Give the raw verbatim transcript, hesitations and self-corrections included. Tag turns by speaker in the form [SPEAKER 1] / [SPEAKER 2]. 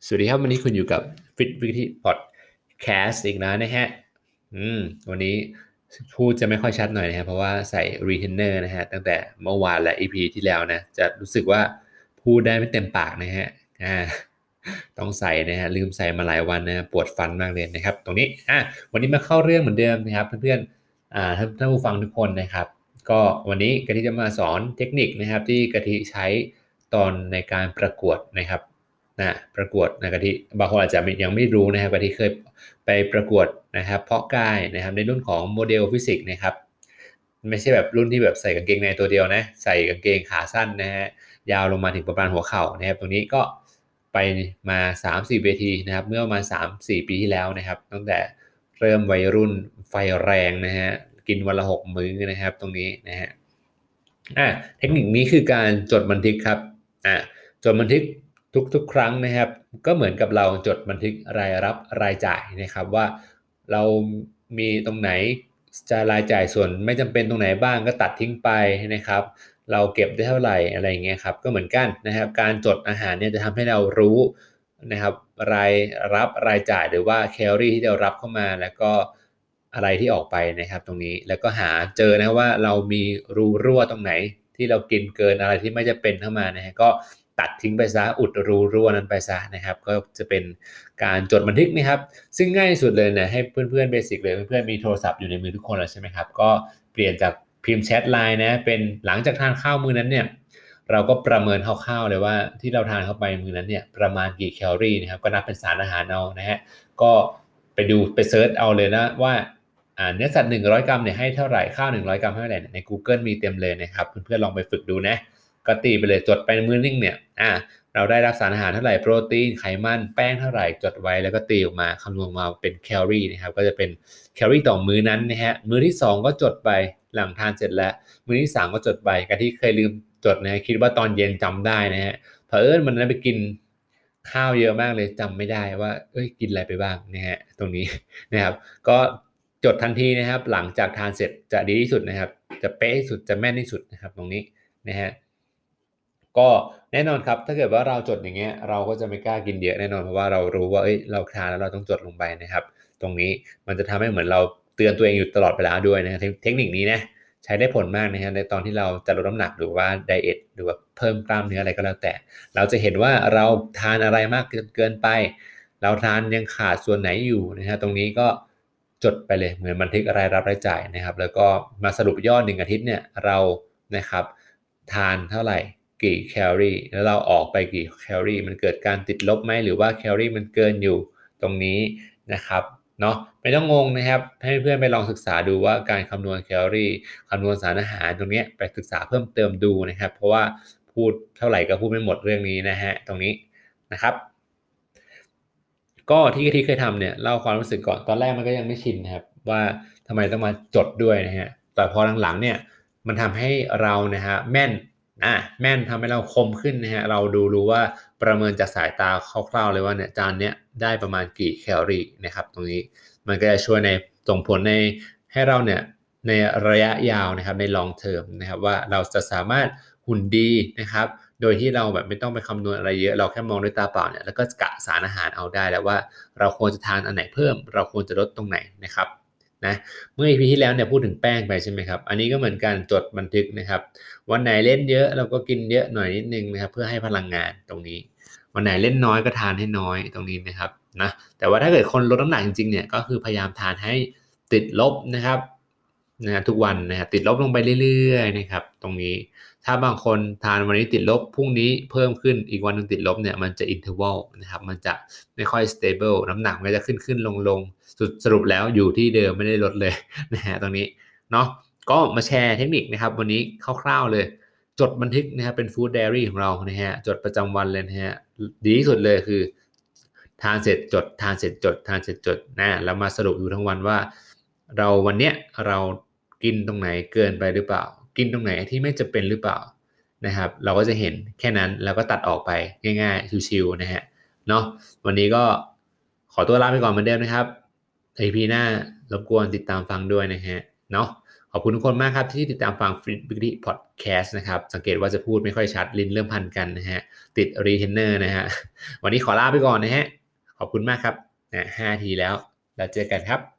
[SPEAKER 1] สวัสดีครับวันนี้คุณอยู่กับ Fit Wiki Podcast อีกแล้วนะฮะอืมวันนี้พูดจะไม่ค่อยชัดหน่อยนะครับเพราะว่าใส่ retainer นะฮะตั้งแต่เมื่อวานและ อี พี ที่แล้วนะจะรู้สึกว่าพูดได้ไม่เต็มปากนะฮะอ่าต้องใส่นะฮะลืมใส่มาหลายวันนะปวดฟันมากเลยนะครับตรงนี้อ่ะวันนี้มาเข้าเรื่องเหมือนเดิมนะครับเพื่อนๆอ่าท่านท่านผู้ฟังทุกคนนะครับก็วันนี้กะทิจะมาสอนเทคนิคนะครับที่กะทิใช้ตอนในการประกวดนะครับ นะประกวดนะกะทิบางคนอาจจะยังไม่รู้นะครับกะทิเคยไปประกวดนะครับเพาะกายนะครับในรุ่นของโมเดลฟิสิกส์นะครับไม่ใช่แบบรุ่นที่แบบใส่กางเกงในตัวเดียวนะใส่กางเกงขาสั้นนะฮะยาวลงมาถึงประมาณหัวเข่านะครับตรงนี้ก็ไปมา สามถึงสี่ เวทีนะครับเมื่อประมาณ สามถึงสี่ ปีที่แล้วนะครับตั้งแต่เริ่มวัยรุ่นไฟแรงนะฮะกินวันละหกมื้อนะครับตรงนี้นะฮะอ่ะเทคนิคนี้คือการจดบันทึกครับอ่ะ จดบันทึกทุกๆครั้งนะครับก็เหมือนกับเราจดบันทึกรายรับรายจ่ายนะครับว่าเรามีตรงไหนจะรายจ่ายส่วนไม่จำเป็นตรงไหนบ้างก็ตัดทิ้งไปนะครับเราเก็บได้เท่าไหร่อะไรอย่างเงี้ยครับก็เหมือนกันนะครับการจดอาหารเนี่ยจะทำให้เรารู้นะครับรายรับรายจ่ายหรือว่าแคลอรี่ที่เรารับเข้ามาแล้วก็อะไรที่ออกไปนะครับตรงนี้แล้วก็หาเจอนะว่าเรามีรูรั่วตรงไหนที่เรากินเกินอะไรที่ไม่จะเป็นเข้ามานะฮะก็ ตัดทิ้งไปซะอุดรูรั่วนั้นไปซะนะครับก็จะเป็นการจดบันทึกนะครับซึ่งง่ายที่สุดเลยนะให้เพื่อนๆเบสิกเลยเพื่อนๆมีโทรศัพท์อยู่ในมือทุกคนแล้วใช่ไหมครับก็เปลี่ยนจากพิมพ์แชทไลน์นะเป็นหลังจากทานข้าวมื้อนั้นเนี่ยเราก็ประเมินคร่าวๆเลยว่าที่เราทานเข้าไปมื้อนั้นเนี่ยประมาณกี่แคลอรี่นะครับก็นับเป็นสารอาหารเอานะฮะก็ไปดูไปเซิร์ชเอาเลยนะว่าอ่าเนื้อสัตว์หนึ่งร้อยกรัมเนี่ยให้เท่าไหร่ข้าวหนึ่งร้อยกรัมให้เท่าไหร่ใน Google มีเต็มเลยนะครับเพื่อนๆลองไปฝึกดูนะก็ตีไปเลยจดไปมื้อนึงเนี่ยอ่า เราได้รับสารอาหารเท่าไหร่โปรตีนไขมันแป้งเท่าไหร่จดไว้แล้วก็ตีออกมาคำนวณมาเป็นแคลอรี่นะครับก็จะเป็นแคลอรี่ต่อมื้อนั้นนะฮะมื้อที่สองก็จดไปหลังทานเสร็จแล้วมื้อที่สามก็จดไปกันที่เคยลืมจดนะคิดว่าตอนเย็นจำได้นะฮะเผอิญมันนั้นไปกินข้าวเยอะมากเลยจำไม่ได้ว่าเอ้ยกินอะไรไปบ้างนะฮะตรงนี้นะครับก็จดทันทีนะครับหลังจากทานเสร็จจะดีที่สุดนะครับจะเป๊ะที่สุดจะแม่นที่สุดนะครับตรงนี้นะฮะ ก็แน่นอนครับถ้าเกิดว่าเราจดอย่างเงี้ยเราก็จะไม่กล้ากินเยอะแน่นอนเพราะว่าเรารู้ว่าเอ้ยเราทานแล้วเราต้องจดลงไปนะครับตรงนี้มันจะทำให้เหมือนเราเตือนตัวเองอยู่ตลอดเวลาด้วยนะเทคเทคนิคนี้นะใช้ได้ผลมากนะฮะในตอนที่เราจะลดน้ำหนักหรือว่าไดเอทหรือว่าเพิ่มกล้ามเนื้ออะไรก็แล้วแต่เราจะเห็นว่าเราทานอะไรมากเกินไปเราทานยังขาดส่วนไหนอยู่นะฮะตรงนี้ก็จดไปเลยเหมือนบันทึกรายรับรายจ่ายนะครับแล้วก็มาสรุปยอดหนึ่งอาทิตย์เนี่ยเรานะครับทานเท่าไหร่ กี่แคลอรี่แล้วเราออกไปกี่แคลอรี่มันเกิดการติดลบไหมหรือว่าแคลอรี่มันเกินอยู่ตรงนี้นะครับเนาะไม่ต้องงงนะครับให้เพื่อนไปลองศึกษาดูว่าการคำนวณแคลอรี่คำนวณสารอาหารตรงนี้ไปศึกษาเพิ่มเติมดูนะครับเพราะว่าพูดเท่าไหร่ก็พูดไม่หมดเรื่องนี้นะฮะตรงนี้นะครับก็ที่ที่เคยทำเนี่ยเล่าความรู้สึกก่อนตอนแรกมันก็ยังไม่ชินนะครับว่าทำไมต้องมาจดด้วยนะฮะแต่พอหลังๆเนี่ยมันทำให้เรานะฮะแม่น อ่ะแม่นทำให้เราคมขึ้นนะฮะเราดูรู้ว่าประเมินจากสายตาคร่าวๆเลยว่าเนี่ยจานเนี้ยได้ประมาณกี่แคลอรี่นะครับตรงนี้มันก็จะช่วยในส่งผลในให้เราเนี่ยในระยะยาวนะครับใน long term นะครับว่าเราจะสามารถหุ่นดีนะครับโดยที่เราแบบไม่ต้องไปคำนวณอะไรเยอะเราแค่มองด้วยตาเปล่าเนี่ยแล้วก็กะสารอาหารเอาได้แล้วว่าเราควรจะทานอันไหนเพิ่มเราควรจะลดตรงไหนนะครับนะเมื่อ อี พี ที่แล้วเนี่ยพูดถึงแป้งไปใช่ไหมครับอันนี้ก็เหมือนการจดบันทึกนะครับ วันไหนเล่นเยอะเราก็กินเยอะหน่อยนิดนึงนะครับเพื่อให้พลังงานตรงนี้วันไหนเล่นน้อยก็ทานให้น้อยตรงนี้นะครับนะแต่ว่าถ้าเกิดคนลดน้ำหนักจริงๆเนี่ยก็คือพยายามทานให้ติดลบนะครับนะทุกวันนะครับติดลบลงไปเรื่อยๆนะครับตรงนี้ถ้าบางคนทานวันนี้ติดลบพรุ่งนี้เพิ่มขึ้นอีกวันนึงติดลบเนี่ยมันจะอินเทอร์วัลนะครับมันจะไม่ค่อยสเตเบิลน้ำหนักมันจะขึ้นขึ้นลงลงสุดสรุปแล้วอยู่ที่เดิมไม่ได้ลดเลยนะฮะตรงนี้เนาะ ก็มาแชร์เทคนิคนะครับวันนี้คร่าวๆเลยจดบันทึกนะครับเป็นฟู้ดไดอารี่ของเรานะฮะจดประจำวันเลยนะฮะดีที่สุดเลยคือทานเสร็จจดทานเสร็จจดทานเสร็จจดนะแล้วมาสรุปอยู่ทั้งวันว่าเราวันเนี้ยเรากินตรงไหนเกินไปหรือเปล่ากินตรงไหนที่ไม่จะเป็นหรือเปล่านะครับเราก็จะเห็นแค่นั้นแล้วก็ตัดออกไปง่ายๆชิวๆนะฮะเนาะวันนี้ก็ขอตัวลาไปก่อนเหมือนเดิมนะครับ อี พี หน้ารบกวนติดตามฟังด้วยนะฮะเนาะขอบคุณทุกคนมากครับที่ติดตามฟัง Fit Weekly Podcast นะครับสังเกตว่าจะพูดไม่ค่อยชัดลิ้นเริ่มพันกันนะฮะติด retainer นะฮะวันนี้ขอลาไปก่อนนะฮะขอบคุณมากครับนะห้าทีแล้วแล้วเจอกันครับ